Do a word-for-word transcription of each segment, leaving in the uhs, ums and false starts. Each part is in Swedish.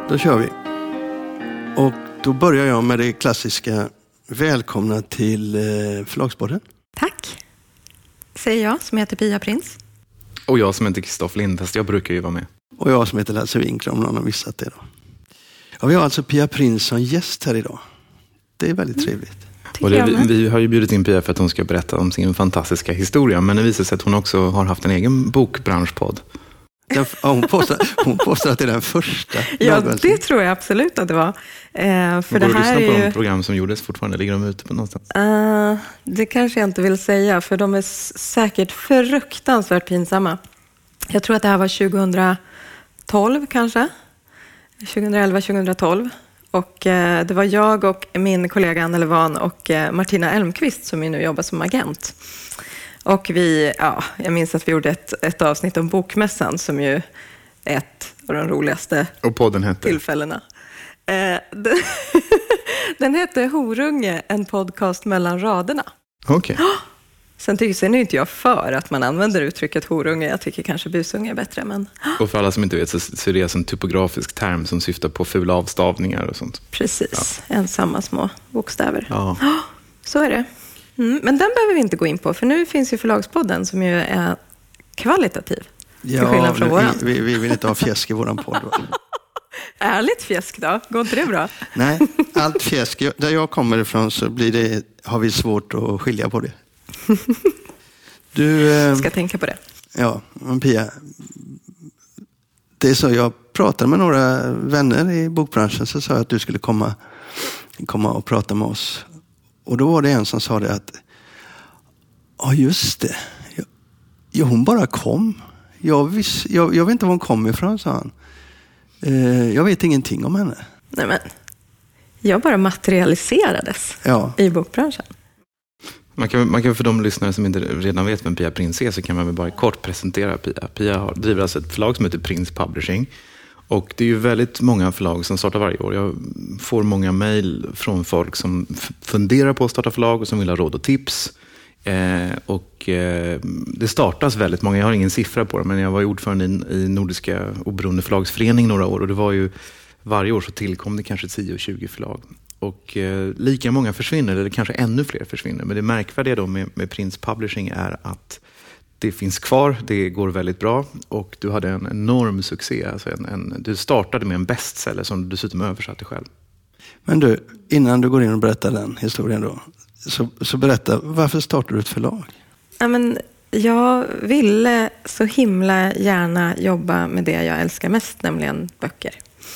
Då kör vi. Och då börjar jag med det klassiska. Välkomna till Förlagspodden. Tack. Säger jag som heter Pia Prins. Och jag som heter Kristoffer Lind, fast jag brukar ju vara med. Och jag som heter Lasse Winkler, om någon har missat det då. Ja, vi har alltså Pia Prins som gäst här idag. Det är väldigt trevligt. Mm. Och det, vi, vi har ju bjudit in Pia för att hon ska berätta om sin fantastiska historia. Men det visar sig att hon också har haft en egen bokbranschpodd. Den, ja, hon, påstår, hon påstår att det är den första. Ja, någonsin. det tror jag absolut att det var. Eh, för Går det du här lyssna på är ju... de program som gjordes fortfarande? Ligger de ute på någonstans? Uh, det kanske jag inte vill säga, för de är s- säkert fruktansvärt pinsamma. Jag tror att det här var tjugohundratolv kanske. tjugohundraelva tjugohundratolv. Och eh, det var jag och min kollega Anna Levan och eh, Martina Elmqvist som ju nu jobbar som agent. Och vi, ja, jag minns att vi gjorde ett, ett avsnitt om Bokmässan som ju är ett av de roligaste Och podden hette? tillfällena. Eh, den, den hette Horunge, en podcast mellan raderna. Okej. Okay. Sen tycker sen är inte jag för att man använder uttrycket horunge. Jag tycker kanske busunge är bättre. Men... Och för alla som inte vet så, så är det en typografisk term som syftar på fula avstavningar och sånt. Precis, ja. Ensamma små bokstäver. Ja. Så är det. Mm, men den behöver vi inte gå in på, för nu finns ju Förlagspodden som ju är kvalitativ. Ja, till skillnad från våran. Vi, vi vill inte ha fjäsk i våran podd. Ärligt fjäsk då? Går inte det bra? Nej, allt fjäsk. Där jag kommer ifrån så blir det, har vi svårt att skilja på det. Du eh, ska tänka på det. Ja, men Pia, det är så, jag pratade med några vänner i bokbranschen, så sa jag att du skulle komma, komma och prata med oss. Och då var det en som sa det att ja, just det. Ja, ja, hon bara kom. Jag, vis, jag, jag vet inte var hon kom ifrån, sa han. Eh, jag vet ingenting om henne. Nej, men jag bara materialiserades ja. i bokbranschen. Man kan, man kan för de lyssnare som inte redan vet vem Pia Prins är, så kan man väl bara kort presentera Pia. Pia har, driver alltså ett förlag som heter Prins Publishing. Och det är ju väldigt många förlag som startar varje år. Jag får många mejl från folk som f- funderar på att starta förlag och som vill ha råd och tips. Eh, och eh, det startas väldigt många, jag har ingen siffra på det, men jag var ordförande i, i Nordiska oberoende förlagsförening några år. Och det var ju, varje år så tillkom det kanske tio tjugo förlag. Och eh, lika många försvinner, eller kanske ännu fler försvinner. Men det märkvärdiga då med, med Prins Publishing är att det finns kvar, det går väldigt bra. Och du hade en enorm succé. Alltså en, en, du startade med en bestseller som du dessutom översatte själv. Men du, innan du går in och berättar den historien då. Så, så berätta, varför startade du ett förlag? Ja, men jag ville så himla gärna jobba med det jag älskar mest, nämligen böcker.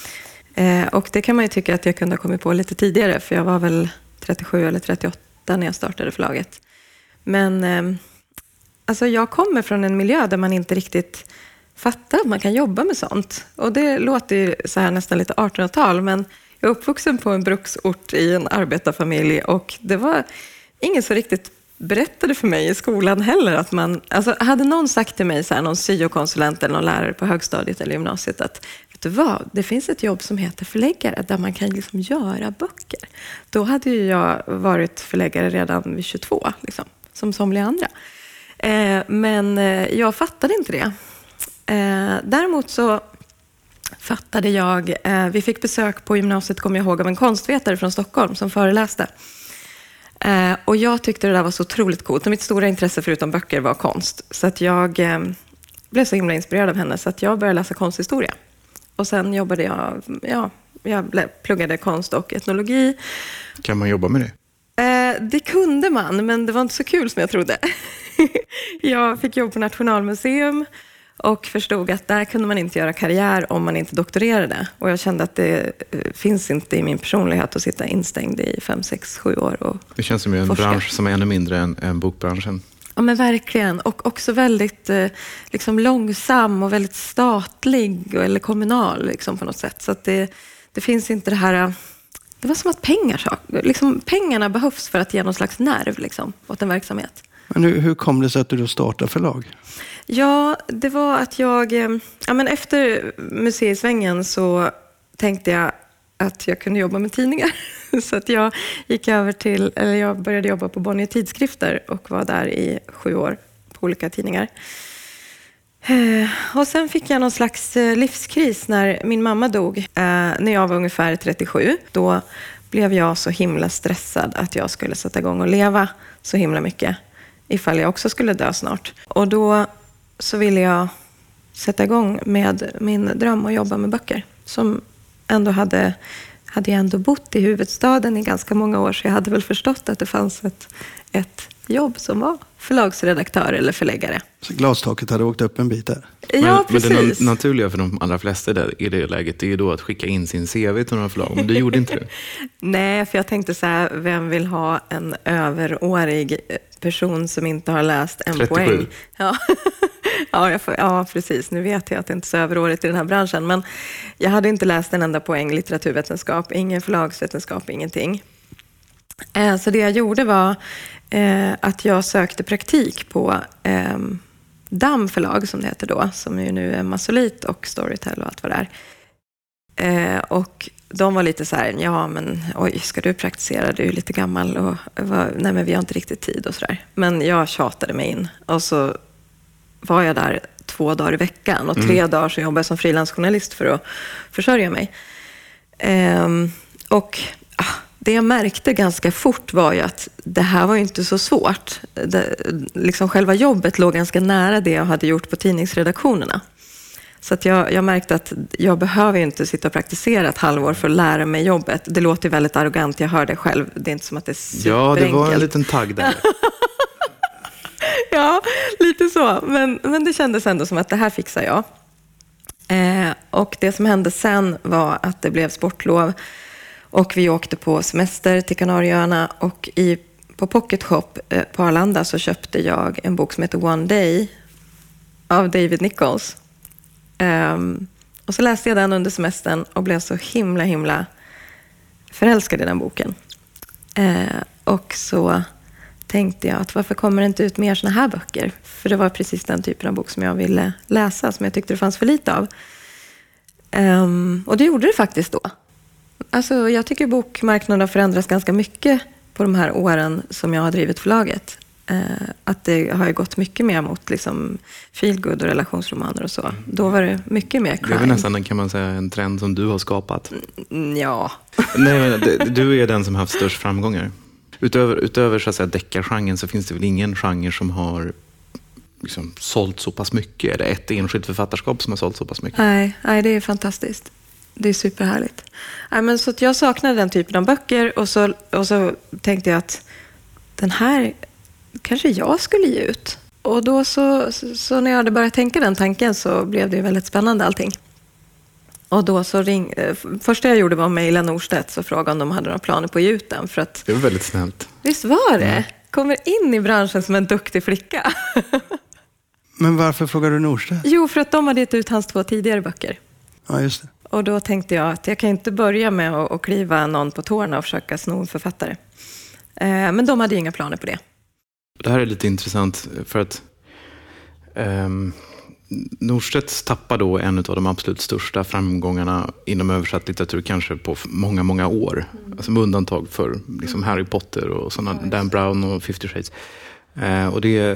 Eh, och det kan man ju tycka att jag kunde ha kommit på lite tidigare, för jag var väl trettiosju eller trettioåtta när jag startade förlaget. Men eh, alltså jag kommer från en miljö där man inte riktigt fattar att man kan jobba med sånt. Och det låter ju så här nästan lite artonhundratal, men jag är uppvuxen på en bruksort i en arbetarfamilj, och det var ingen så riktigt berättade för mig i skolan heller att man, alltså hade någon sagt till mig så här, någon syokonsulent eller någon lärare på högstadiet eller gymnasiet, att vet du vad, det finns ett jobb som heter förläggare där man kan liksom göra böcker. Då hade ju jag varit förläggare redan vid tjugotvå, liksom, som somliga andra. Eh, men eh, jag fattade inte det. Eh, däremot så fattade jag, eh, vi fick besök på gymnasiet, kommer jag ihåg, av en konstvetare från Stockholm som föreläste. Eh, och jag tyckte det där var så otroligt coolt. Och mitt stora intresse förutom böcker var konst. Så att jag eh, blev så himla inspirerad av henne, så att jag började läsa konsthistoria. Och sen jobbade jag, ja, jag blev, pluggade konst och etnologi. Kan man jobba med det? Eh, det kunde man, men det var inte så kul som jag trodde. Jag fick jobb på Nationalmuseum och förstod att där kunde man inte göra karriär om man inte doktorerade. Och jag kände att det finns inte i min personlighet att sitta instängd i fem, sex, sju år och Det känns som en forska. bransch som är ännu mindre än, än bokbranschen. Ja, men verkligen. Och också väldigt eh, liksom långsam och väldigt statlig eller kommunal liksom, på något sätt. Så att det, det finns inte det här... Det var som att pengar, liksom, pengarna behövs för att ge någon slags nerv liksom, åt en verksamhet. Men hur, hur kom det sig att du då startade förlag? Ja, det var att jag... Ja, men efter museisvängen så tänkte jag att jag kunde jobba med tidningar. Så att jag gick över till... Eller jag började jobba på Bonnier Tidskrifter och var där i sju år på olika tidningar. Och sen fick jag någon slags livskris när min mamma dog. När jag var ungefär trettiosju. Då blev jag så himla stressad att jag skulle sätta igång och leva så himla mycket. Ifall jag också skulle dö snart. Och då så ville jag sätta igång med min dröm och jobba med böcker. Som ändå hade, hade jag ändå bott i huvudstaden i ganska många år. Så jag hade väl förstått att det fanns ett, ett jobb som var förlagsredaktör eller förläggare. Så glastaket hade åkt upp en bit där? Ja, men, precis. Men det naturliga för de allra flesta där, i det läget det är ju då att skicka in sin C V till några förlag. Men du gjorde inte det? Nej, för jag tänkte så här, vem vill ha en överårig person som inte har läst en trettiosju. poäng? Ja. Ja, jag får, ja, precis. Nu vet jag att det inte är så överårigt i den här branschen. Men jag hade inte läst en enda poäng litteraturvetenskap, ingen förlagsvetenskap, ingenting. Eh, så det jag gjorde var eh, att jag sökte praktik på eh, Damm förlag, som det heter då. Som ju nu är Massolit och Storytel och allt vad det är. Eh, och de var lite så här, ja men oj, ska du praktisera? Du är ju lite gammal och var, nej men vi har inte riktigt tid och sådär. Men jag tjatade mig in och så var jag där två dagar i veckan och tre mm. dagar så jobbade jag som frilansjournalist för att försörja mig. Ehm, och ah, det jag märkte ganska fort var ju att det här var ju inte så svårt. Det, liksom själva jobbet låg ganska nära det jag hade gjort på tidningsredaktionerna. Så att jag, jag märkte att jag behöver ju inte sitta och praktisera ett halvår för att lära mig jobbet. Det låter ju väldigt arrogant, jag hör det själv. Det är inte som att det är superenkelt. Ja, det var en liten tagg där. Ja, lite så. Men, men det kändes ändå som att det här fixar jag. Eh, och det som hände sen var att det blev sportlov. Och vi åkte på semester till Kanarieöarna. Och i, på Pocket Shop eh, på Arlanda så köpte jag en bok som heter One Day av David Nichols. Eh, och så läste jag den under semestern och blev så himla, himla förälskad i den boken. Eh, och så tänkte jag att varför kommer det inte ut mer såna här böcker? För det var precis den typen av bok som jag ville läsa, som jag tyckte det fanns för lite av. Um, och det gjorde det faktiskt då. Alltså, jag tycker bokmarknaden har förändrats ganska mycket på de här åren som jag har drivit förlaget. Uh, att det har ju gått mycket mer mot liksom, feelgood och relationsromaner och så. Då var det mycket mer crime. Det är väl nästan, kan man säga, en trend som du har skapat. Mm, ja. Nej, men det, du är den som har haft störst framgångar. Utöver, utöver så att säga, deckargenren så finns det väl ingen genre som har liksom, sålt så pass mycket. Är det ett enskilt författarskap som har sålt så pass mycket? Nej, nej, det är fantastiskt. Det är superhärligt. Nej, men så att jag saknade den typen av böcker och så, och så tänkte jag att den här kanske jag skulle ge ut. Och då så, så, så när jag hade börjat tänka den tanken så blev det väldigt spännande allting. Och då så ring, första jag gjorde var att mejla Norstedts och fråga om de hade några planer på att ge ut den. För att, det var väldigt snällt. Visst var det? Mm. Kommer in i branschen som en duktig flicka. Men varför frågar du Norstedt? Jo, för att de hade gett ut hans två tidigare böcker. Ja, just det. Och då tänkte jag att jag kan inte börja med att, att kliva någon på tårna och försöka sno en författare. Eh, men de hade ju inga planer på det. Det här är lite intressant för att um, Norstedts tappar då en av de absolut största framgångarna inom översatt litteratur kanske på många, många år. Mm. Alltså med undantag för liksom Harry Potter och sådana, mm. Dan Brown och Fifty Shades. Eh, och det,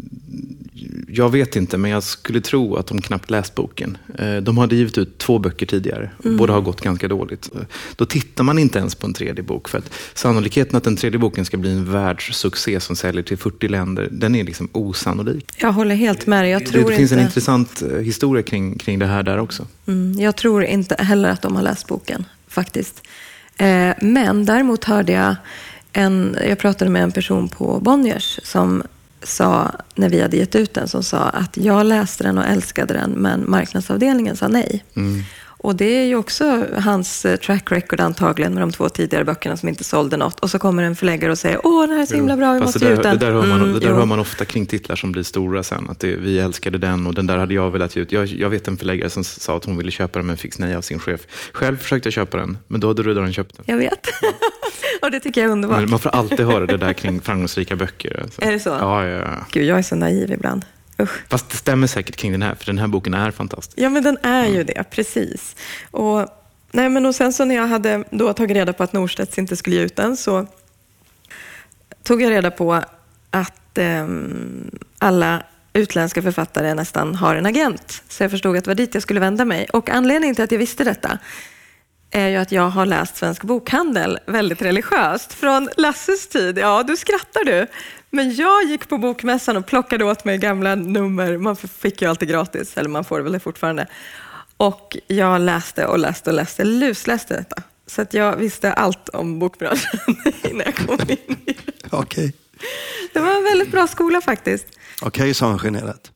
jag vet inte, men jag skulle tro att de knappt läst boken. Eh, de hade givit ut två böcker tidigare. Mm. Båda har gått ganska dåligt. Då tittar man inte ens på en tredje bok. För att sannolikheten att den tredje boken ska bli en världssuccé som säljer till fyrtio länder, den är liksom osannolik. Jag håller helt med dig. Jag tror det, det finns inte... en intressant historia kring, kring det här där också. Mm, jag tror inte heller att de har läst boken, faktiskt. Eh, men däremot hörde jag En, jag pratade med en person på Bonniers som sa, när vi hade gett ut den, som sa att jag läste den och älskade den, men marknadsavdelningen sa nej. Mm. Och det är ju också hans track record antagligen med de två tidigare böckerna som inte sålde något. Och så kommer en förläggare och säger, åh, den här är så himla bra, vi måste ge ut den. Det där, hör man, mm, det där hör man ofta kring titlar som blir stora sen. Att det, vi älskade den och den där hade jag velat ge ut. Jag, jag vet en förläggare som sa att hon ville köpa den men fick nej av sin chef. Själv försökte jag köpa den, men då hade du redan köpt den. Jag vet. Och det tycker jag är underbart. Men man får alltid höra det där kring framgångsrika böcker. Alltså. Är det så? Ja, ja, ja. Gud, jag är så naiv ibland. Usch. Fast det stämmer säkert kring den här, för den här boken är fantastisk. Ja, men den är ju det, precis. Och, nej, men och sen så när jag hade då tagit reda på att Norstedts inte skulle ge ut den, så tog jag reda på att eh, alla utländska författare nästan har en agent. Så jag förstod att det var dit jag skulle vända mig. Och anledningen till att jag visste detta är ju att jag har läst Svensk Bokhandel väldigt religiöst. Från Lasses tid, ja du skrattar du. Men jag gick på bokmässan och plockade åt mig gamla nummer. Man fick ju alltid gratis, eller man får det väl fortfarande. Och jag läste och läste och läste, lusläste detta. Så att jag visste allt om bokbranschen innan jag kom in i det. Okej. Det var en väldigt bra skola faktiskt. Okej, okay, sa han generat.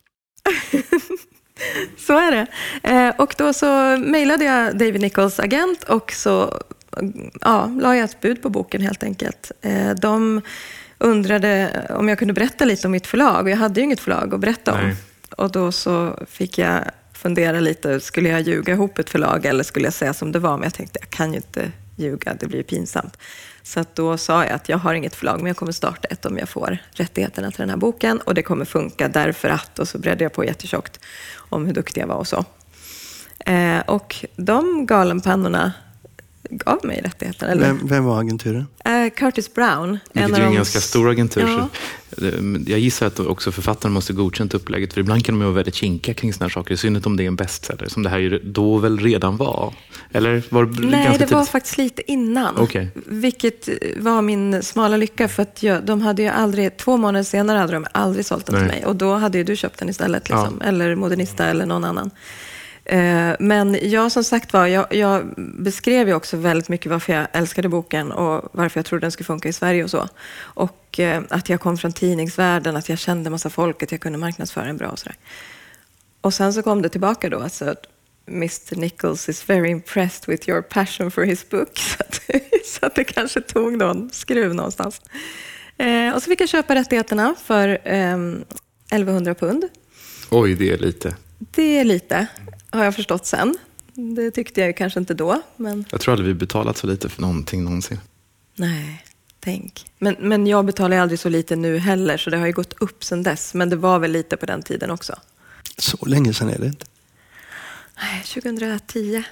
Så är det. Eh, och då så mejlade jag David Nichols agent och så ja, la jag ett bud på boken helt enkelt. Eh, de undrade om jag kunde berätta lite om mitt förlag. Och jag hade ju inget förlag att berätta om. Nej. Och då så fick jag fundera lite. Skulle jag ljuga ihop ett förlag eller skulle jag säga som det var? Men jag tänkte, jag kan ju inte ljuga. Det blir pinsamt. Så att då sa jag att jag har inget förlag men jag kommer starta ett om jag får rättigheterna till den här boken. Och det kommer funka därför att. Och så bredde jag på jättetjockt om hur duktig jag var och så. Eh, och de galenpannorna gav mig rättigheterna. Eller? Vem, vem var agenturen? Eh, Curtis Brown. Vilket är en ganska stor agentur. Ja. Så jag gissar att också författaren måste godkänt upplägget. För ibland kan de ju vara väldigt kinka kring såna här saker. I synnerhet om det är en bestseller. Som det här då väl redan var. Eller var det Nej, ganska det tidigt? var faktiskt lite innan. Okay. Vilket var min smala lycka. För att jag, de hade ju aldrig, två månader senare hade de aldrig sålt den Nej. till mig. Och då hade ju du köpt den istället. Liksom. Ja. Eller Modernista eller någon annan. Men jag som sagt var, jag, jag beskrev ju också väldigt mycket varför jag älskade boken och varför jag trodde den skulle funka i Sverige och så. Och att jag kom från tidningsvärlden, att jag kände massa folk, att jag kunde marknadsföra den bra och sådär. Och sen så kom det tillbaka då, alltså att mister Nichols is very impressed with your passion for his book. Så att, så att det kanske tog någon skruv någonstans. Eh, och så fick jag köpa rättigheterna för eh, elvahundra pund. Oj, det är lite. Det är lite. Har jag förstått sen. Det tyckte jag ju kanske inte då. Men... Jag tror aldrig vi betalat så lite för någonting någonsin. Nej, tänk. Men, men jag betalar ju aldrig så lite nu heller. Så det har ju gått upp sen dess. Men det var väl lite på den tiden också. Så länge sedan är det inte. Nej, tjugohundratio.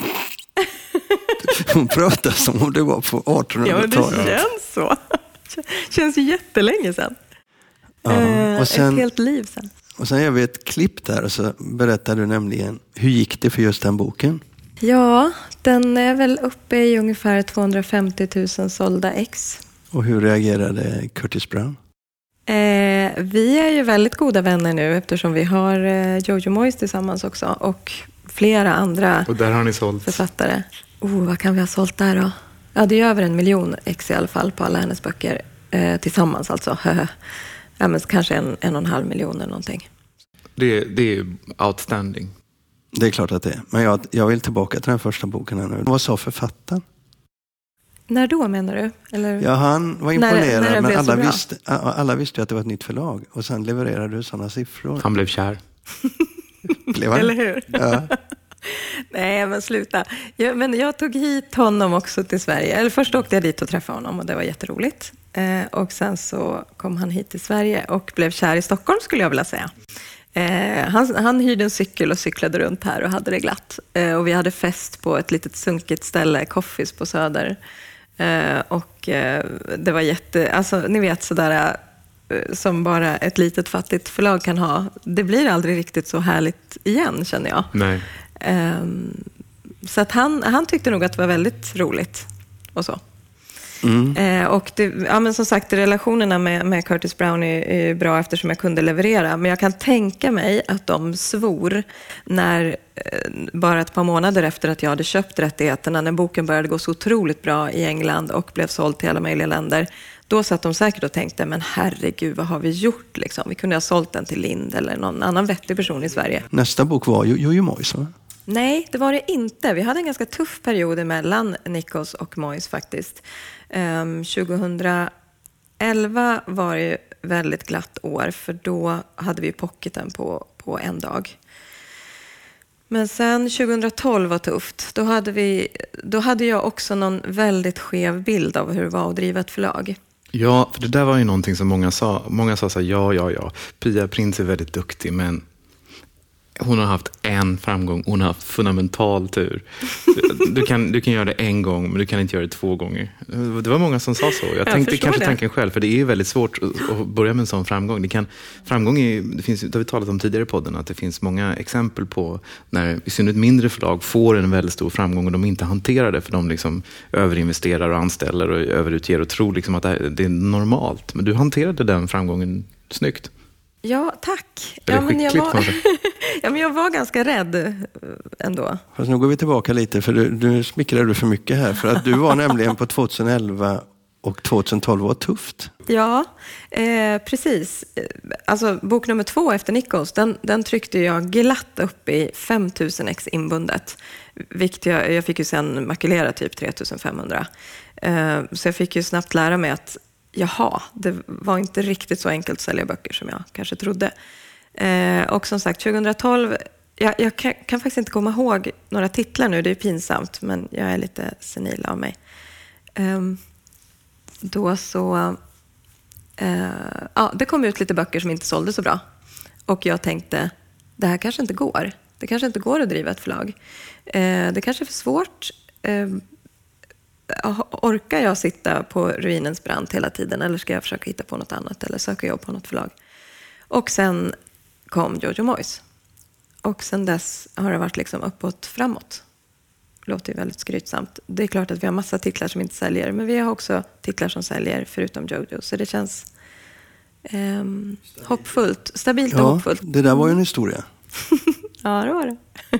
Hon pratar som om det var på artonhundratalet. Ja, det känns så. Känns ju jättelänge sedan. Ja, och sen... Ett helt liv sedan. Och sen gör vi ett klipp där och så berättar du nämligen hur gick det för just den boken? Ja, den är väl uppe i ungefär tvåhundrafemtio tusen sålda ex. Och hur reagerade Curtis Brown? Eh, vi är ju väldigt goda vänner nu eftersom vi har eh, Jojo Moyes tillsammans också och flera andra och där har ni sålt. författare. Oh, vad kan vi ha sålt där då? Ja, det är över en miljon ex i alla fall på alla hennes böcker eh, tillsammans alltså. Ja, men kanske en, en och en halv miljon eller någonting. Det, det är outstanding. Det är klart att det är. Men jag, jag vill tillbaka till den första boken här nu. Vad sa författaren? När då menar du? Eller? Ja, han var imponerad. När, när men alla visste, alla visste ju att det var ett nytt förlag. Och sen levererade du sådana siffror. Han blev kär. Blev han? Eller hur? Ja. Nej, men sluta. Jag, men jag tog hit honom också till Sverige. Eller först åkte jag dit och träffade honom och det var jätteroligt. Eh, och sen så kom han hit till Sverige och blev kär i Stockholm skulle jag vilja säga. Eh, han, han hyrde en cykel och cyklade runt här och hade det glatt. Eh, och vi hade fest på ett litet sunkigt ställe, Coffees på Söder. Eh, och eh, det var jätte, alltså ni vet sådär eh, som bara ett litet fattigt förlag kan ha. Det blir aldrig riktigt så härligt igen känner jag. Nej. Eh, så att han, han tyckte nog att det var väldigt roligt och så. Mm. Eh, och det, ja, men som sagt, relationerna med, med Curtis Brown är, är bra eftersom jag kunde leverera. Men jag kan tänka mig att de svor när, eh, bara ett par månader efter att jag hade köpt rättigheterna, när boken började gå så otroligt bra i England och blev såld till alla möjliga länder. Då satt de säkert och tänkte, men herregud, vad har vi gjort? Liksom? Vi kunde ha sålt den till Lind eller någon annan vettig person i Sverige. Nästa bok var ju Jojo Moyes, va? Nej, det var det inte. Vi hade en ganska tuff period mellan Nichols och Moyes faktiskt. Um, tjugohundraelva var det väldigt glatt år för då hade vi pocketen på, på en dag. Men sen tjugohundratolv var tufft. Då hade, vi, då hade jag också någon väldigt skev bild av hur det var att driva ett förlag. Ja, för det där var ju någonting som många sa. Många sa så här, ja, ja, ja. Pia Printz är väldigt duktig, men Hon har haft en framgång. Hon har haft fundamental tur. Du kan, du kan göra det en gång, men du kan inte göra det två gånger. Det var många som sa så. Jag, jag tänkte kanske det. tanken själv, för det är väldigt svårt att börja med en sån framgång. Det kan, framgång är, det finns, det har vi talat om tidigare i podden, att det finns många exempel på när i synnerhet mindre förlag får en väldigt stor framgång och de inte hanterar det, för de liksom överinvesterar och anställer och överutger och tror liksom att det är normalt. Men du hanterade den framgången snyggt. Ja, tack. Ja, men jag, var... ja, men jag var ganska rädd ändå. Fast nu går vi tillbaka lite, för du, du smickrar du för mycket här. För att du var nämligen på tjugoelva och tjugotolv var tufft. Ja, eh, precis. Alltså bok nummer två efter Nichols, den, den tryckte jag glatt upp i fem tusen ex inbundet. Vilket jag, jag fick ju sen makulera typ tre tusen femhundra. Eh, så jag fick ju snabbt lära mig att jaha, det var inte riktigt så enkelt att sälja böcker som jag kanske trodde. Eh, och som sagt, tjugotolv, jag, jag kan, kan faktiskt inte komma ihåg några titlar nu, det är pinsamt, men jag är lite senil av mig. Eh, då så, eh, ja, det kom ut lite böcker som inte sålde så bra. Och jag tänkte, det här kanske inte går. Det kanske inte går att driva ett förlag. Eh, det kanske är för svårt. Eh, Orkar jag sitta på ruinens brant hela tiden, eller ska jag försöka hitta på något annat eller söka jobb på något förlag? Och sen kom Jojo Moyes. Och sen dess har det varit liksom uppåt framåt. Låter ju väldigt skrytsamt. Det är klart att vi har massa titlar som inte säljer, men vi har också titlar som säljer förutom Jojo. Så det känns eh, hoppfullt, stabilt och ja, hoppfullt. Det där var ju en historia. Ja, det var det.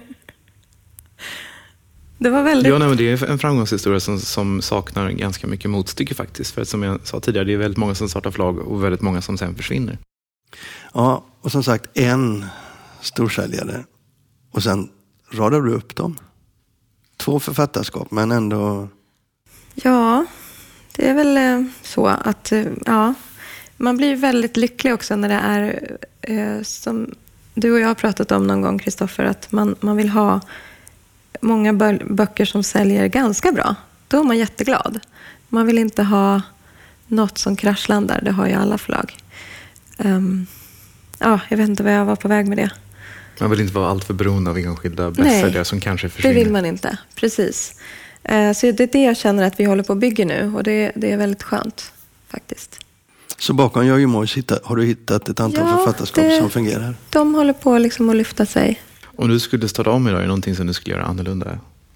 Det var väldigt... Ja, nej, men det är en framgångshistoria som, som saknar ganska mycket motstycke faktiskt. För att, som jag sa tidigare, det är väldigt många som startar förlag och väldigt många som sen försvinner. Ja, och som sagt, en storsäljare. Och sen radar du upp dem. Två författarskap, men ändå... Ja, det är väl så att ja, man blir väldigt lycklig också när det är eh, som du och jag har pratat om någon gång, Kristoffer, att man, man vill ha många böcker som säljer ganska bra. Då är man jätteglad. Man vill inte ha något som kraschlandar. Det har ju alla förlag. Um, ja, jag vet inte vad jag var på väg med det. Man vill inte vara allt för beroende av enskilda bästsäljare som kanske försvinner. Det vill man inte. Precis. Uh, så det är det jag känner att vi håller på att bygga nu. Och det, det är väldigt skönt faktiskt. Så bakom Jojo Moyes har du hittat ett antal ja, författarskap det, som fungerar? De håller på liksom att lyfta sig. Om du skulle starta om idag, är det någonting som du skulle göra annorlunda?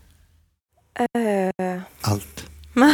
Uh, Allt.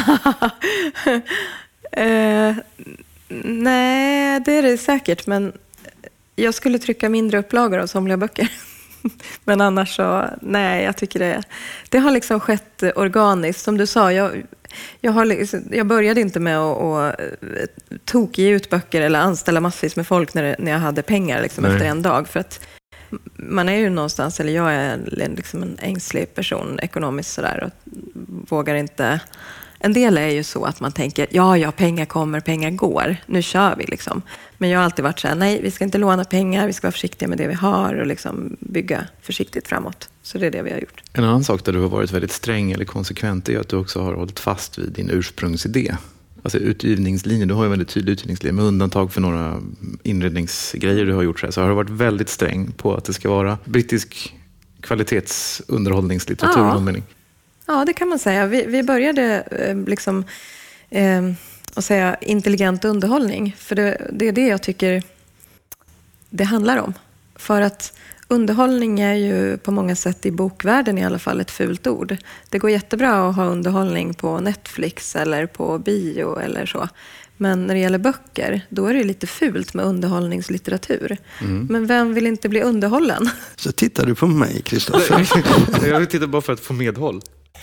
uh, nej, det är det säkert. Men jag skulle trycka mindre upplagor av somliga böcker. Men annars så, nej, jag tycker det. Det har liksom skett organiskt. Som du sa, jag, jag, har, jag började inte med att, att tok ge ut böcker eller anställa massvis med folk när, när jag hade pengar liksom, efter en dag. För att man är ju någonstans, eller jag är liksom en ängslig person ekonomiskt sådär och vågar inte. En del är ju så att man tänker, ja, ja, pengar kommer, pengar går. Nu kör vi liksom. Men jag har alltid varit så här, nej, vi ska inte låna pengar, vi ska vara försiktiga med det vi har och liksom bygga försiktigt framåt. Så det är det vi har gjort. En annan sak där du har varit väldigt sträng eller konsekvent är att du också har hållit fast vid din ursprungsidé. Alltså utgivningslinje, du har ju en väldigt tydlig utgivningslinje med undantag för några inredningsgrejer du har gjort så här. Så har du varit väldigt sträng på att det ska vara brittisk kvalitetsunderhållningslitteratur. Ja. Ja, det kan man säga. Vi, vi började eh, liksom eh, att säga intelligent underhållning. För det, det är det jag tycker det handlar om. För att underhållning är ju på många sätt i bokvärlden i alla fall ett fult ord. Det går jättebra att ha underhållning på Netflix eller på bio eller så. Men när det gäller böcker, då är det lite fult med underhållningslitteratur. Mm. Men vem vill inte bli underhållen? Så tittar du på mig, Kristoffer. Jag vill titta bara för att få medhåll.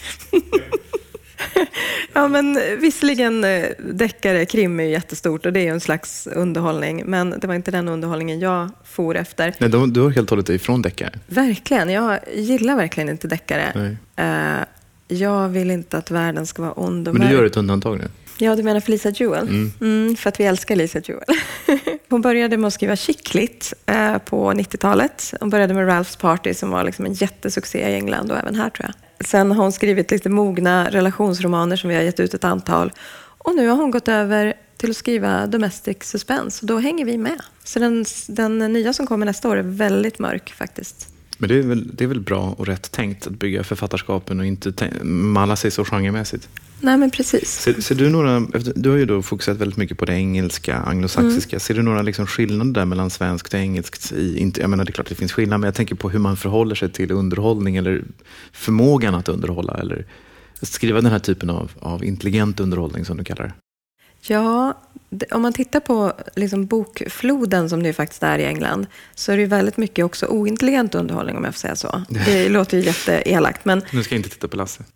Ja, men visserligen deckare, krim är ju jättestort och det är ju en slags underhållning. Men det var inte den underhållningen jag for efter. Nej, du, du har helt hållit dig ifrån deckare. Verkligen, jag gillar verkligen inte deckare. Uh, jag vill inte att världen ska vara ond. Men du gör ett undantag nu? Ja, du menar för Lisa Jewell? Mm. Mm, för att vi älskar Lisa Jewell. Hon började med att skriva chicklit eh, på nittiotalet. Hon började med Ralph's Party som var liksom en jättesuccé i England och även här tror jag. Sen har hon skrivit lite mogna relationsromaner som vi har gett ut ett antal. Och nu har hon gått över till att skriva domestic suspense och då hänger vi med. Så den, den nya som kommer nästa år är väldigt mörk faktiskt. Men det är, väl, det är väl bra och rätt tänkt att bygga författarskapen och inte t- malla sig så genremässigt. Nej, men precis. Ser, ser du några, du har ju då fokuserat väldigt mycket på det engelska, anglosaxiska. Mm. Ser du några liksom skillnader där mellan svenskt och engelskt? I, inte, jag menar, det är klart att det finns skillnader, men jag tänker på hur man förhåller sig till underhållning eller förmågan att underhålla eller skriva den här typen av, av intelligent underhållning som du kallar det. Ja, det, om man tittar på liksom bokfloden som det faktiskt är i England, så är det ju väldigt mycket också ointelligent underhållning, om jag får säga så. Det låter ju jätteelakt, men... Nu ska jag inte titta på Lasse.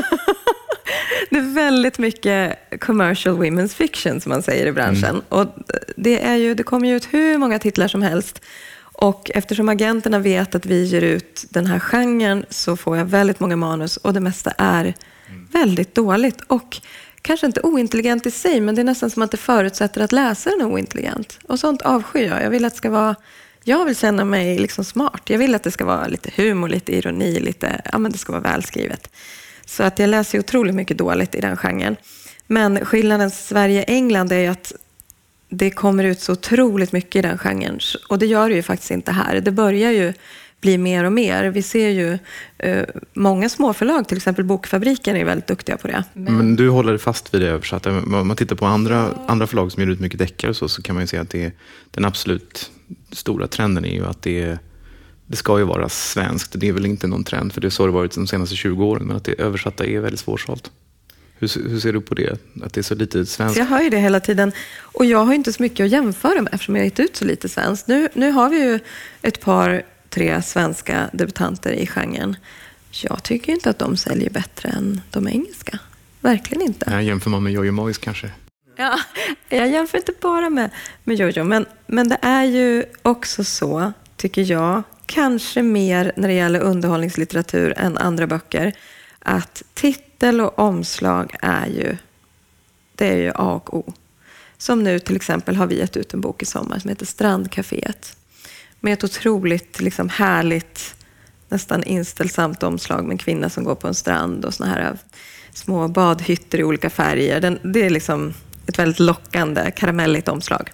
Det är väldigt mycket commercial women's fiction som man säger i branschen. Mm. Och det, är ju, det kommer ju ut hur många titlar som helst. Och eftersom agenterna vet att vi ger ut den här genren, så får jag väldigt många manus. Och det mesta är mm. väldigt dåligt. Och kanske inte ointelligent i sig, men det är nästan som att det förutsätter att läsaren är ointelligent. Och sånt avskyr jag. Jag vill att det ska vara... Jag vill känna mig liksom smart. Jag vill att det ska vara lite humor, lite ironi, lite... Ja, men det ska vara välskrivet. Så att jag läser otroligt mycket dåligt i den genren. Men skillnaden Sverige-England är ju att det kommer ut så otroligt mycket i den genren. Och det gör det ju faktiskt inte här. Det börjar ju bli mer och mer. Vi ser ju uh, många småförlag, till exempel Bokfabriken, är väldigt duktiga på det. Men, Men du håller fast vid det översatta. Om man tittar på andra, andra förlag som ger ut mycket deckare och så, så kan man ju se att det är, den absolut stora trenden är ju att det är Det ska ju vara svenskt. Det är väl inte någon trend, för det är så det varit de senaste tjugo åren. Men att det översatta är väldigt svårsålt. Hur, hur ser du på det? Att det är så lite svenskt? Jag hör ju det hela tiden. Och jag har inte så mycket att jämföra med eftersom jag har gett ut så lite svenskt. Nu, nu har vi ju ett par, tre svenska debutanter i genren. Jag tycker inte att de säljer bättre än de engelska. Verkligen inte. Ja, jämför man med Jojo Moyes kanske? Ja, jag jämför inte bara med, med Jojo. Men, men det är ju också så, tycker jag, kanske mer när det gäller underhållningslitteratur än andra böcker, att titel och omslag är ju, det är ju A och O. Som nu till exempel har vi gett ut en bok i sommar som heter Strandcaféet. Med ett otroligt liksom härligt, nästan inställsamt omslag med en kvinna som går på en strand och såna här små badhytter i olika färger. Den, det är liksom ett väldigt lockande, karamelligt omslag.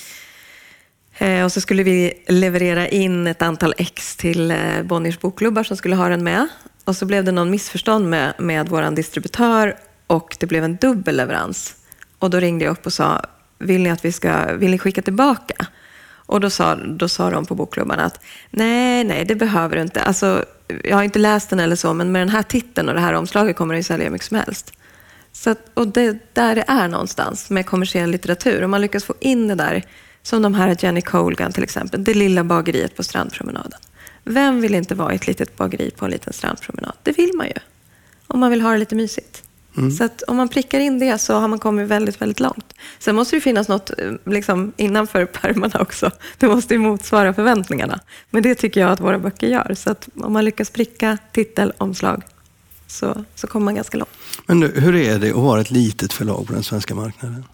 Och så skulle vi leverera in ett antal ex till Bonniers bokklubbar som skulle ha den med. Och så blev det någon missförstånd med, med våran distributör och det blev en dubbel leverans. Och då ringde jag upp och sa, vill ni att vi ska, vill ni skicka tillbaka? Och då sa, då sa de på bokklubbarna att nej, nej, det behöver du inte. Alltså, jag har inte läst den eller så, men med den här titeln och det här omslaget kommer det ju sälja mycket som helst. Så att, och det där det är någonstans med kommersiell litteratur. Om man lyckas få in det där, som de här Jenny Colgan till exempel, det lilla bageriet på strandpromenaden. Vem vill inte vara i ett litet bageri på en liten strandpromenad? Det vill man ju. Om man vill ha det lite mysigt. Mm. Så att om man prickar in det så har man kommit väldigt, väldigt långt. Sen måste det finnas något liksom, innanför pärmarna också. Det måste ju motsvara förväntningarna. Men det tycker jag att våra böcker gör. Så att om man lyckas pricka titel, omslag, så, så kommer man ganska långt. Men nu, hur är det att vara ett litet förlag på den svenska marknaden?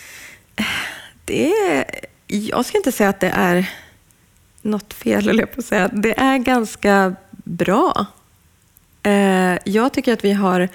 Det är, jag ska inte säga att det är något fel, eller på att säga. Det är ganska bra. Jag tycker att vi har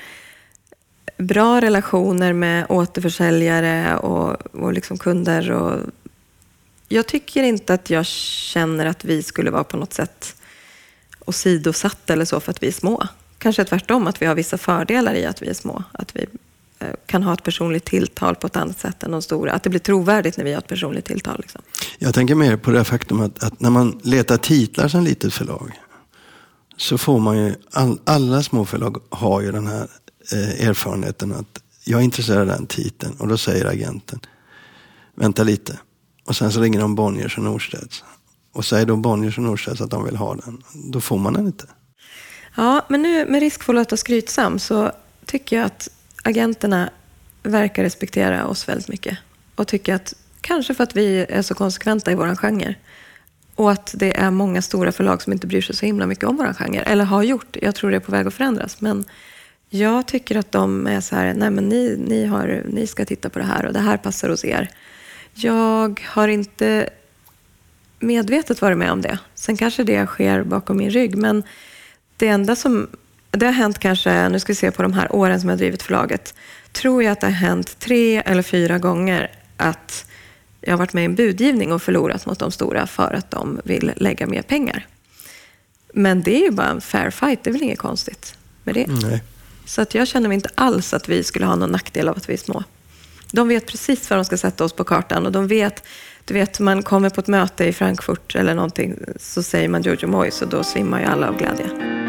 bra relationer med återförsäljare och, och liksom kunder. Och jag tycker inte att jag känner att vi skulle vara på något sätt åsidosatt eller så för att vi är små. Kanske tvärtom, att vi har vissa fördelar i att vi är små. Att vi kan ha ett personligt tilltal på ett annat sätt än de stora. Att det blir trovärdigt när vi har ett personligt tilltal. Liksom. Jag tänker mer på det faktum att, att när man letar titlar som litet förlag så får man ju, all, alla små förlag har ju den här eh, erfarenheten att jag är intresserad av den titeln och då säger agenten, vänta lite. Och sen så ringer de Bonniers och Norstedts. Och säger då Bonniers och Norstedts att de vill ha den. Då får man den inte. Ja, men nu med risk för att låta skrytsam så tycker jag att agenterna verkar respektera oss väldigt mycket. Och tycker att, kanske för att vi är så konsekventa i våran genre. Och att det är många stora förlag som inte bryr sig så himla mycket om våran genre. Eller har gjort. Jag tror det är på väg att förändras. Men jag tycker att de är så här, nej men ni, ni, har, ni ska titta på det här och det här passar hos er. Jag har inte medvetet varit med om det. Sen kanske det sker bakom min rygg. Men det enda som, det har hänt kanske, nu ska vi se på de här åren som jag har drivit förlaget. Tror jag att det har hänt tre eller fyra gånger att jag har varit med i en budgivning och förlorat mot de stora för att de vill lägga mer pengar. Men det är ju bara en fair fight, det är väl inget konstigt med det. Nej. Så att jag känner mig inte alls att vi skulle ha någon nackdel av att vi är små. De vet precis var de ska sätta oss på kartan. Och de vet, du vet, man kommer på ett möte i Frankfurt eller någonting, så säger man Jojo Moyes och då svimmar ju alla av glädje.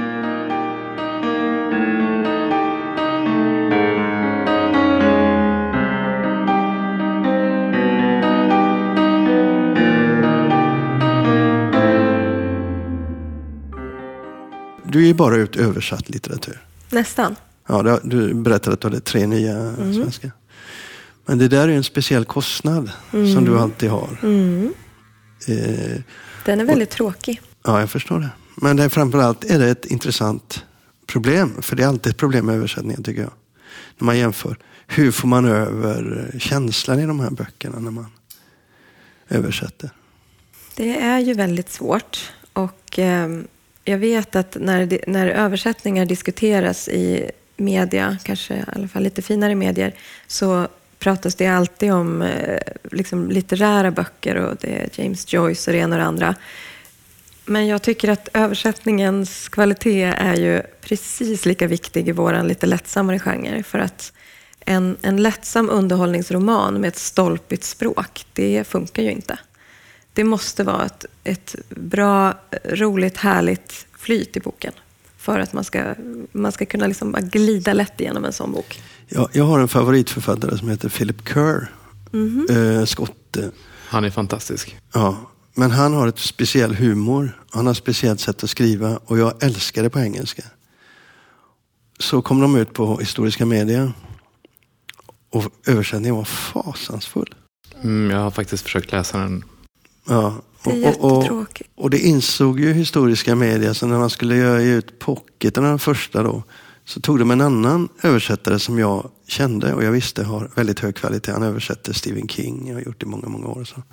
Du är bara ut översatt litteratur. Nästan. Ja, du berättade att du hade tre nya mm. svenska. Men det där är en speciell kostnad mm. som du alltid har. Mm. Eh, Den är väldigt och, tråkig. Ja, jag förstår det. Men det är framförallt är det ett intressant problem. För det är alltid ett problem med översättningen, tycker jag. När man jämför. Hur får man över känslan i de här böckerna när man översätter? Det är ju väldigt svårt. Och eh, jag vet att när, när översättningar diskuteras i media, kanske i alla fall lite finare medier, så pratas det alltid om eh, liksom litterära böcker och det är James Joyce och det ena och det andra. Men jag tycker att översättningens kvalitet är ju precis lika viktig i våran lite lättsammare genre. För att en, en lättsam underhållningsroman med ett stolpigt språk, det funkar ju inte. Det måste vara ett, ett bra, roligt, härligt flyt i boken. För att man ska, man ska kunna liksom glida lätt igenom en sån bok. Ja, jag har en favoritförfattare som heter Philip Kerr. Mm-hmm. Eh, skotte. Han är fantastisk. Ja, men han har ett speciell humor. Han har ett speciellt sätt att skriva. Och jag älskar det på engelska. Så kom de ut på historiska medier. Och översättningen var fasansfull. Mm, jag har faktiskt försökt läsa den. Ja. Det är och, och, jättetråkigt. och det insåg ju historiska medier. Så när man skulle göra ut pocketen, den första då, så tog de en annan översättare som jag kände och jag visste har väldigt hög kvalitet. Han översätter Stephen King. Jag har gjort det i många, många år. Så.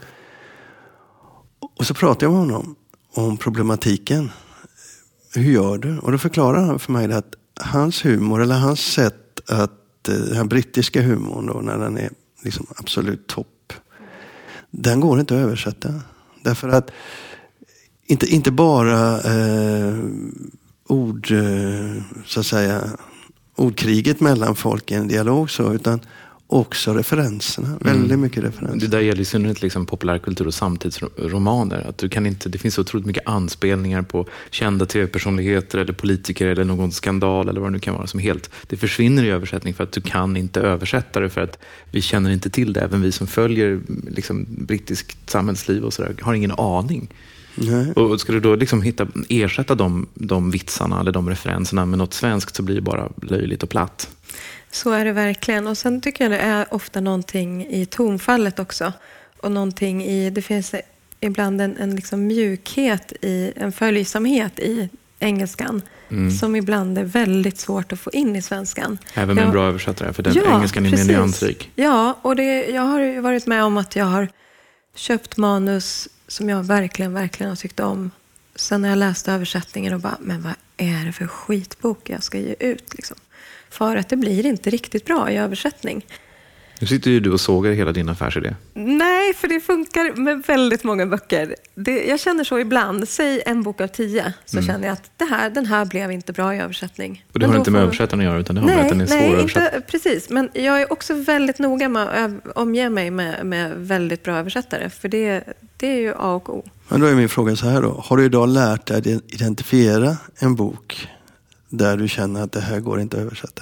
Och så pratade jag med honom om problematiken. Hur gör du? Och då förklarar han för mig att hans humor, eller hans sätt att, den här brittiska humorn då, när den är liksom absolut topp, den går inte att översätta. Därför att inte, inte bara eh, ord, eh, så att säga, ordkriget mellan folk i en dialog så, utan också referenserna. Mm. Väldigt mycket referenser. Det där gäller i synnerhet liksom populärkultur och samtidsromaner. Att du kan inte, det finns så otroligt mycket anspelningar på kända tv-personligheter eller politiker eller någon skandal eller vad det nu kan vara som helt. Det försvinner i översättning för att du kan inte översätta det för att vi känner inte till det. Även vi som följer liksom, brittiskt samhällsliv och sådär har ingen aning. Nej. Och ska du då liksom hitta, ersätta de, de vitsarna eller de referenserna med något svenskt så blir det bara löjligt och platt. Så är det verkligen. Och sen tycker jag det är ofta någonting i tonfallet också. Och någonting i, det finns ibland en, en liksom mjukhet i, en följsamhet i engelskan. Mm. Som ibland är väldigt svårt att få in i svenskan. Även med jag, en bra översättare, för den ja, engelskan är mer nyansrik. Ja, och det, jag har ju varit med om att jag har köpt manus som jag verkligen, verkligen har tyckt om. Sen när jag läste översättningen och bara, men vad är det för skitbok jag ska ge ut liksom? För att det blir inte riktigt bra i översättning. Nu sitter ju du och sågar hela din affärsidé. Nej, för det funkar med väldigt många böcker. Det, jag känner så ibland. Säg en bok av tio så mm. känner jag att det här, den här blev inte bra i översättning. Och det har inte med får... översättaren att göra utan det har nej, med att den är svår nej, att översätta. Inte, precis. Men jag är också väldigt noga med att omge mig med, med väldigt bra översättare. För det, det är ju A och O. Men då är min fråga så här då. Har du idag lärt dig att identifiera en bok där du känner att det här går inte att översätta?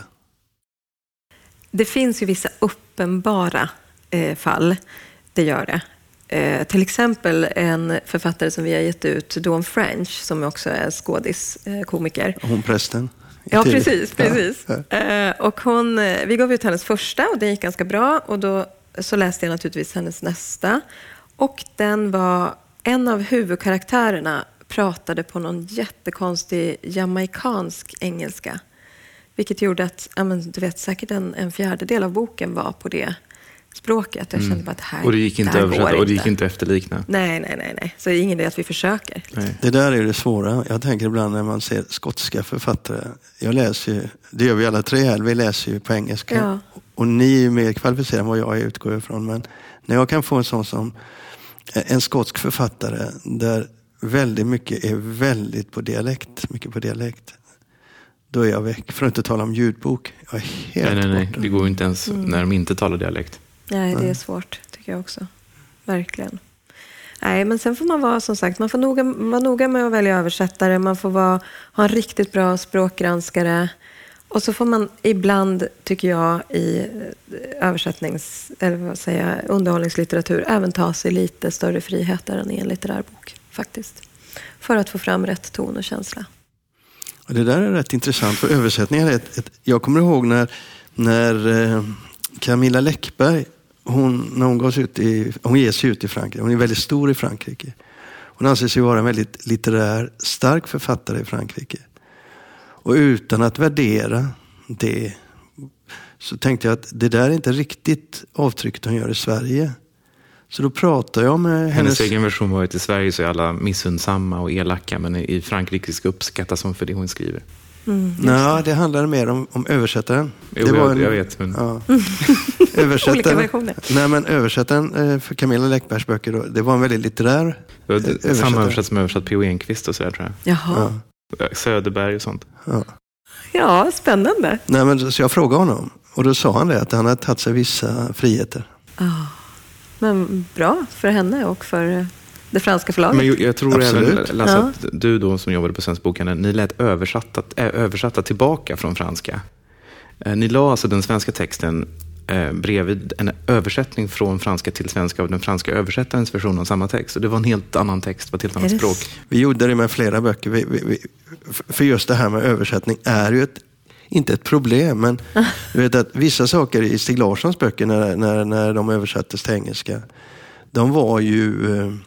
Det finns ju vissa uppenbara eh, fall, det gör det. Eh, till exempel en författare som vi har gett ut, Dawn French, som också är skådis, eh, komiker. Hon prästen. Ja, precis. precis. Ja. Eh, och hon, vi gav ut hennes första och det gick ganska bra. Och då så läste jag naturligtvis hennes nästa. Och den var, en av huvudkaraktärerna pratade på någon jättekonstig jamaikansk engelska. Vilket gjorde att, ja, men, du vet, säkert en, en fjärdedel av boken var på det språket. Jag kände mm. bara att här, och det gick inte översätta och det gick inte efterlikna. Nej, nej, nej, nej. Så det är ingen idé att vi försöker. Liksom. Det där är det svåra. Jag tänker ibland när man ser skotska författare. Jag läser ju, det gör vi alla tre här, vi läser ju på engelska. Ja. Och ni är ju mer kvalificerade än vad jag utgår ifrån. Men när jag kan få en sån som en skotsk författare där väldigt mycket är väldigt på dialekt, mycket på dialekt, då är jag väck. För att inte tala om ljudbok. Jag är helt nej, nej, nej. borta. Det går inte ens Mm. när de inte talar dialekt. Nej, det är svårt tycker jag också. Verkligen. Nej, men sen får man vara, som sagt, man får noga, vara noga med att välja översättare. Man får vara, ha en riktigt bra språkgranskare. Och så får man ibland, tycker jag, i översättnings, eller vad säger jag, underhållningslitteratur även ta sig lite större friheter än i en litterär bok, faktiskt. För att få fram rätt ton och känsla. Och det där är rätt intressant, för översättningar är ett, ett, jag kommer ihåg när, när eh, Camilla Läckberg, hon, när hon, gås ut i, hon ger sig ut i Frankrike, hon är väldigt stor i Frankrike. Hon anser sig vara en väldigt litterär, stark författare i Frankrike. Och utan att värdera det så tänkte jag att det där är inte riktigt avtrycket hon gör i Sverige. Så då pratar jag med hennes... Hennes egen version var att i Sverige så är alla missundsamma och elaka, men i Frankrike ska uppskattas hon för det hon skriver. Mm, Nej, det handlar mer om, om översättaren. Jo, det var jag, en, jag vet. Men... Ja. Olika översättaren, versioner. nej, men översättaren för Camilla Läckbergs böcker då, det var en väldigt litterär det var översättare. Samma översätt som översatt P O Enquist och sådär, tror jag. Jaha. Ja. Söderberg och sånt. Ja. Ja, spännande. Nej, men, så jag frågade honom och då sa han det, att han hade tagit sig vissa friheter. Ja. Men bra för henne och för det franska förlaget. Men jag, jag tror Absolut. även, Lasse, att du då som jobbade på Svensk Bokhandel, ni lät översatta, äh, översatta tillbaka från franska. Eh, ni la alltså den svenska texten eh, bredvid en översättning från franska till svenska av den franska översättarens version av samma text. Och det var en helt annan text, var ett helt annat det språk. Vi gjorde det med flera böcker. Vi, vi, vi, för just det här med översättning är ju ett, inte ett problem. Men du vet att vissa saker i Stig Larssons böcker när, när, när de översattes till engelska, de var ju...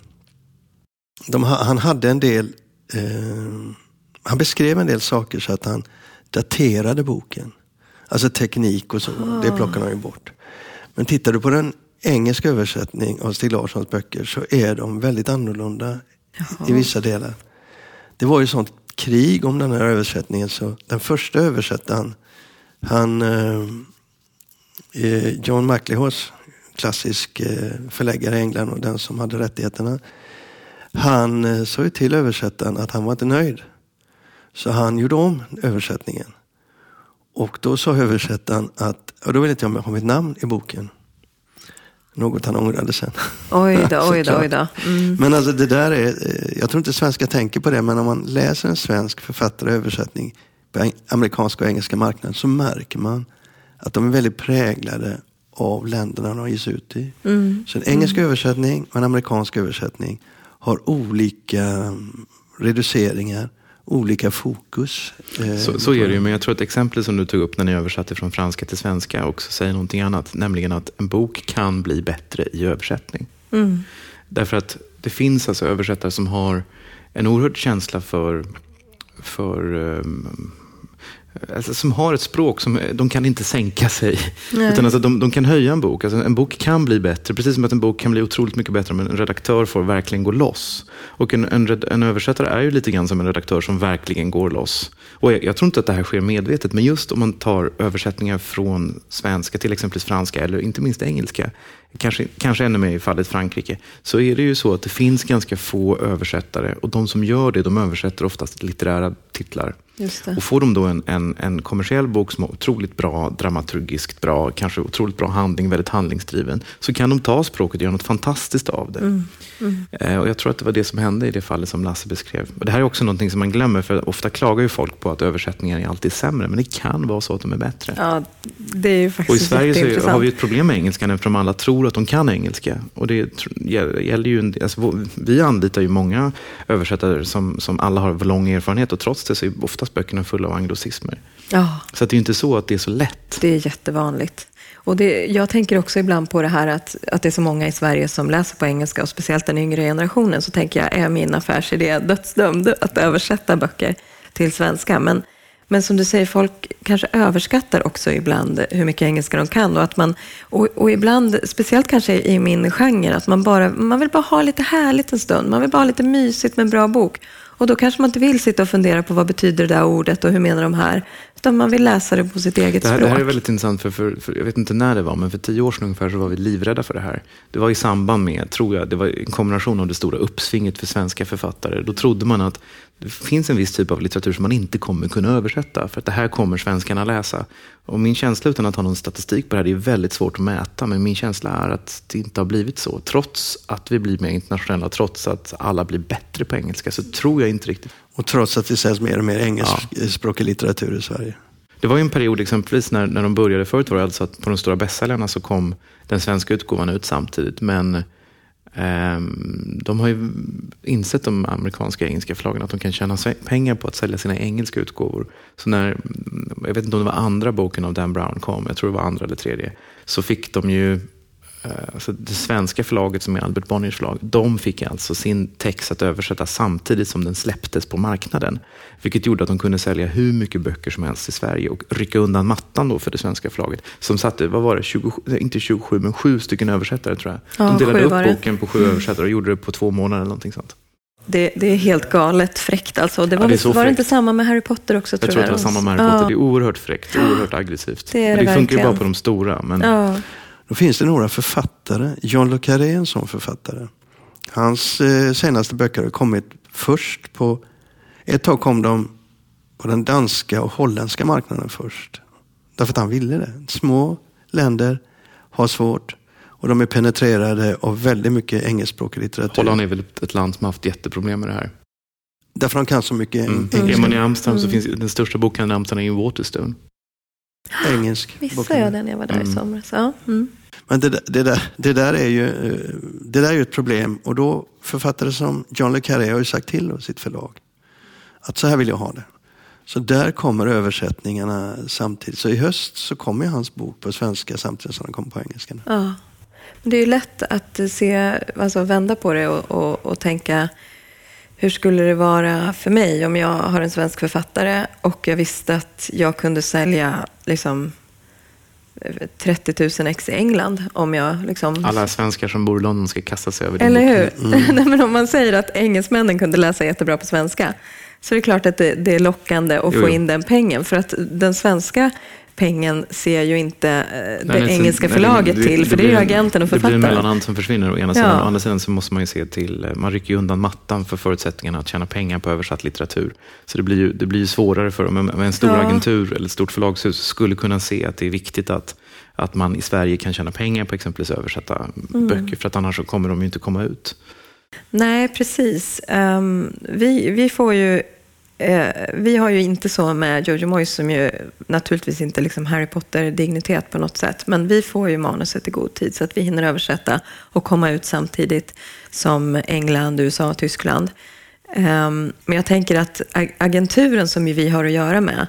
De, han hade en del... Eh, han beskrev en del saker så att han daterade boken. Alltså teknik och så. Oh. Det plockar han ju bort. Men tittar du på den engelska översättning av Stig Larssons böcker så är de väldigt annorlunda oh. i vissa delar. Det var ju sånt krig om den här översättningen, så den första översättaren, han eh, John McLehos, klassisk eh, förläggare i England och den som hade rättigheterna, han eh, sa ju till översättaren att han var inte nöjd, så han gjorde om översättningen. Och då sa översättaren att, och då vill inte jag ha mitt namn i boken. Något han ångrade sen. Oj då, oj då, oj då. Mm. Men alltså det där är, jag tror inte svenska tänker på det, men om man läser en svensk författare översättning på amerikanska och engelska marknaden så märker man att de är väldigt präglade av länderna de ges ut i. Mm. Så en engelsk mm. översättning och en amerikansk översättning har olika reduceringar, olika fokus. Så, så är det ju, men jag tror att exemplet som du tog upp när ni översatte från franska till svenska också säger någonting annat, nämligen att en bok kan bli bättre i översättning. Mm. Därför att det finns alltså översättare som har en oerhörd känsla för, för um, alltså som har ett språk som de kan inte sänka sig. Nej. Utan alltså de, de kan höja en bok. Alltså en bok kan bli bättre, precis som att en bok kan bli otroligt mycket bättre om en redaktör får verkligen gå loss. Och en, en, en översättare är ju lite grann som en redaktör som verkligen går loss. Och jag, jag tror inte att det här sker medvetet, men just om man tar översättningar från svenska till exempel franska eller inte minst engelska, kanske, kanske ännu mer i fallet Frankrike, så är det ju så att det finns ganska få översättare, och de som gör det, de översätter oftast litterära titlar. Just det. Och får de då en, en, en kommersiell bok som är otroligt bra, dramaturgiskt bra, kanske otroligt bra handling, väldigt handlingsdriven, så kan de ta språket och göra något fantastiskt av det. Mm. Mm. Eh, och jag tror att det var det som hände i det fallet som Lasse beskrev. Och det här är också någonting som man glömmer, för ofta klagar ju folk på att översättningar är alltid sämre, men det kan vara så att de är bättre. Ja, det är ju faktiskt. Och i Sverige så har vi ett problem med engelskan, eftersom alla tror att de kan engelska. Och det gäller ju, alltså, vi anlitar ju många översättare som, som alla har lång erfarenhet, och trots det så är oftast böckerna fulla av anglosismer. Ja. Så att det är ju inte så att det är så lätt. Det är jättevanligt. Och det, jag tänker också ibland på det här att, att det är så många i Sverige som läser på engelska, och speciellt den yngre generationen, så tänker jag, är min affärsidé dödsdömd att översätta böcker till svenska? Men, men som du säger, folk kanske överskattar också ibland hur mycket engelska de kan, och att man, och, och ibland, speciellt kanske i min genre, att man bara, man vill bara ha lite härligt en stund, man vill bara ha lite mysigt med en bra bok. Och då kanske man inte vill sitta och fundera på vad betyder det där ordet och hur menar de här. Utan man vill läsa det på sitt eget det här, språk. Det här är väldigt intressant, för, för, för jag vet inte när det var, men för tio år sedan ungefär så var vi livrädda för det här. Det var i samband med, tror jag, det var en kombination av det stora uppsvinget för svenska författare. Då trodde man att det finns en viss typ av litteratur som man inte kommer kunna översätta, för att det här kommer svenskarna läsa. Och min känsla, utan att ha någon statistik på det här, det är väldigt svårt att mäta, men min känsla är att det inte har blivit så. Trots att vi blir mer internationella, trots att alla blir bättre på engelska, så tror jag inte riktigt. Och trots att det säljs mer och mer engelskspråkig litteratur i Sverige. Det var ju en period exempelvis när, när de började förut, var det alltså att på de stora bästsäljarna så kom den svenska utgåvan ut samtidigt, men eh, de har ju insett, de amerikanska engelska förlagen, att de kan tjäna pengar på att sälja sina engelska utgåvor. Så när, jag vet inte om det var andra boken av Dan Brown kom, jag tror det var andra eller tredje, så fick de ju, alltså det svenska förlaget som är Albert Bonniers förlag, de fick alltså sin text att översätta samtidigt som den släpptes på marknaden. Vilket gjorde att de kunde sälja hur mycket böcker som helst i Sverige och rycka undan mattan då för det svenska förlaget. Som satte, vad var det, tjugo, inte tjugosju men sju stycken översättare tror jag. Ja, de delade upp det. boken på sju mm. översättare och gjorde det på två månader eller någonting sånt. Det, det är helt galet fräckt alltså. Det var, ja, det var det inte samma med Harry Potter också, tror jag? Jag tror att det var samma med Harry Potter. Ja. Det är oerhört fräckt, oerhört aggressivt. Det, är det, det, det funkar ju verkligen. bara på de stora. Men... Ja. Då finns det några författare. John le Carré är en sån författare. Hans eh, senaste böcker har kommit först på... Ett tag kom de på den danska och holländska marknaden först. Därför att han ville det. Små länder har svårt. Och de är penetrerade av väldigt mycket engelskspråkig litteratur. Holland är väl ett land som har haft jätteproblem med det här. Därför de kan så mycket mm. engelska. Mm. Är man i Amsterdam så finns den största boken i Amsterdam är ju Waterstone. Engelsk. Missade jag den när jag var där mm. i somras. Ja. Mm. Men det, det, där, det, där är ju, det där är ju ett problem. Och då författare som John le Carré har ju sagt till sitt förlag att så här vill jag ha det. Så där kommer översättningarna samtidigt. Så i höst så kommer hans bok på svenska samtidigt som den kommer på engelska. Ja. Det är ju lätt att se, alltså vända på det och, och, och tänka, hur skulle det vara för mig om jag har en svensk författare och jag visste att jag kunde sälja liksom trettio tusen ex i England om jag liksom... Alla svenskar som bor i London ska kasta sig över din Eller hur? Mm. Nej, men om man säger att engelsmännen kunde läsa jättebra på svenska, så är det klart att det, det är lockande att jo, få in den pengen. För att den svenska pengen ser ju inte eh, det nej, engelska nej, förlaget det, det, till, för det, det är ju agenten och författaren. Det blir en mellanhand som försvinner å ena sidan. Ja. Å andra sidan så måste man ju se till, man rycker ju undan mattan för förutsättningarna att tjäna pengar på översatt litteratur. Så det blir ju, det blir ju svårare för dem. Men en stor ja. agentur eller ett stort förlagshus skulle kunna se att det är viktigt att, att man i Sverige kan tjäna pengar på exempelvis översätta mm. böcker, för att annars så kommer de ju inte komma ut. Nej, precis. Um, vi, vi får ju Eh, vi har ju inte så med Jojo Moyes, som ju naturligtvis inte liksom Harry Potter-dignitet på något sätt, men vi får ju manuset i god tid så att vi hinner översätta och komma ut samtidigt som England, U S A och Tyskland. Eh, men jag tänker att ag- agenturen som vi har att göra med,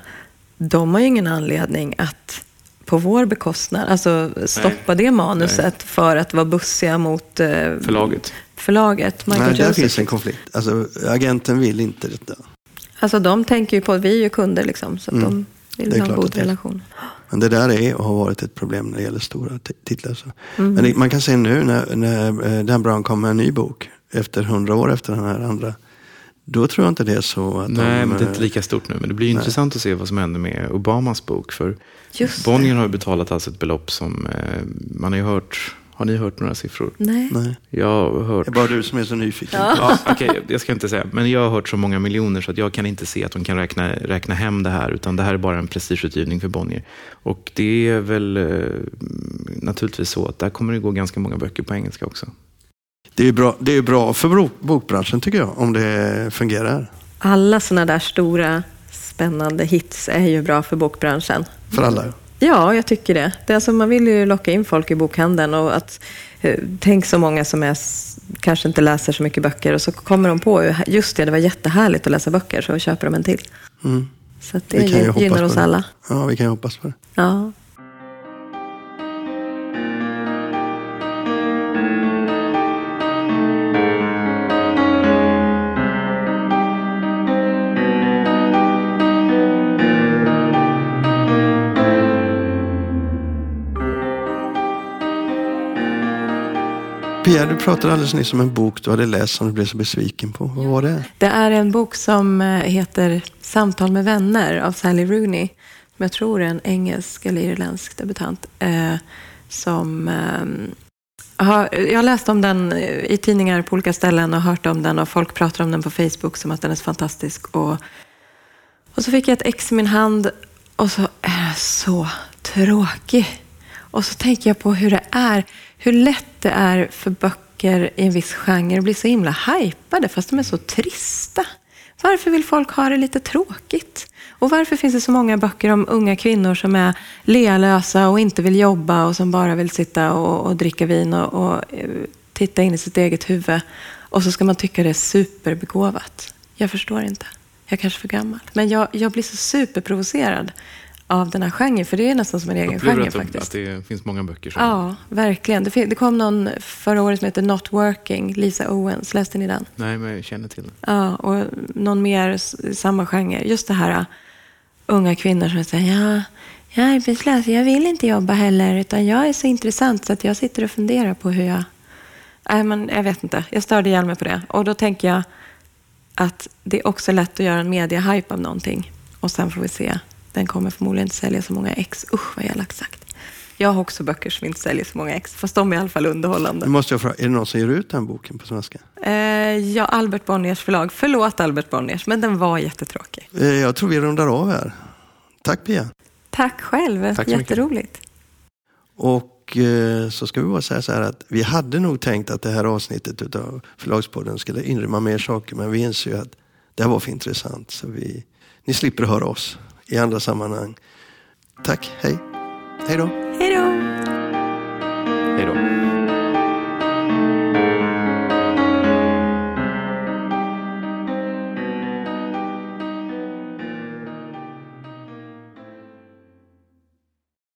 de har ju ingen anledning att på vår bekostnad, alltså stoppa Nej. det manuset Nej. för att vara bussiga mot eh, förlaget. förlaget. Nej, där Joseph. Finns en konflikt. Alltså agenten vill inte detta. Alltså de tänker ju på att vi är ju kunder liksom, så att mm. de vill ha en god relation. Men det där är och har varit ett problem när det gäller stora t- titlar. Så. Mm. Men det, man kan se nu när, när Dan Brown kom med en ny bok efter hundra år efter den här andra, då tror jag inte det är så att Nej, de, men det är inte lika stort nu. Men det blir nej. intressant att se vad som händer med Obamas bok. För Just Bonnier har ju betalat alltså ett belopp som eh, man har ju hört. Har ni hört några siffror? Nej. Nej. Jag har hört... Det är bara du som är så nyfiken. Ja. Ja, okej, okay, jag ska inte säga. Men jag har hört så många miljoner så att jag kan inte se att de kan räkna, räkna hem det här. Utan det här är bara en prestigeutgivning för Bonnier. Och det är väl eh, naturligtvis så att där kommer det gå ganska många böcker på engelska också. Det är bra, det är bra för bokbranschen tycker jag, om det fungerar. Alla såna där stora spännande hits är ju bra för bokbranschen. För alla? Ja, jag tycker det. det är alltså, man vill ju locka in folk i bokhandeln och att eh, tänk så många som är, kanske inte läser så mycket böcker och så kommer de på, just det, det var jättehärligt att läsa böcker, så köper de en till. Mm. Så att det gynnar oss alla. Ja, vi kan ju hoppas på det. Ja. Pia, du pratade alldeles nyss om en bok du hade läst som du blev så besviken på. Vad var det? Det är en bok som heter Samtal med vänner av Sally Rooney. Som jag tror är en engelsk eller irländsk debutant. Eh, som, eh, har, jag har läst om den i tidningar på olika ställen och hört om den. Och folk pratar om den på Facebook som att den är så fantastisk. Och, och så fick jag ett ex i min hand och så är den så tråkig. Och så tänker jag på hur det är, hur lätt det är för böcker i en viss genre att bli så himla hypade fast de är så trista. Varför vill folk ha det lite tråkigt? Och varför finns det så många böcker om unga kvinnor som är lealösa och inte vill jobba och som bara vill sitta och, och dricka vin och, och titta in i sitt eget huvud. Och så ska man tycka det är superbegåvat. Jag förstår inte. Jag är kanske för gammal. Men jag, jag blir så superprovocerad av den här genren, för det är nästan som en egen genre att, faktiskt. Att det finns många böcker som... Ja, verkligen. Det, det kom någon förra året som heter Not Working, Lisa Owens. Läste ni den? Nej, men jag känner till den. Ja, och någon mer samma genre. Just det här unga kvinnor som säger, ja, jag är arbetslös, jag vill inte jobba heller, utan jag är så intressant så att jag sitter och funderar på hur jag... Nej, men jag vet inte. Jag störde ihjäl mig på det. Och då tänker jag att det är också lätt att göra en media-hype av någonting. Och sen får vi se. Den kommer förmodligen inte sälja så många ex. Usch, vad jag har lagt sagt. Jag har också böcker som inte säljer så många ex. Fast de är i alla fall underhållande. Nu måste jag fråga, är det någon som ger ut den boken på svenska? Eh, ja, Albert Bonniers förlag. Förlåt Albert Bonniers, men den var jättetråkig. Eh, jag tror vi rundar av här. Tack Pia. Tack själv, Tack så jätteroligt. mycket. Och eh, så ska vi bara säga så här att vi hade nog tänkt att det här avsnittet av Förlagspodden skulle inrymma mer saker. Men vi inser ju att det här var för intressant. Så vi, ni slipper höra oss i andra sammanhang. Tack, hej. Hej då. Hej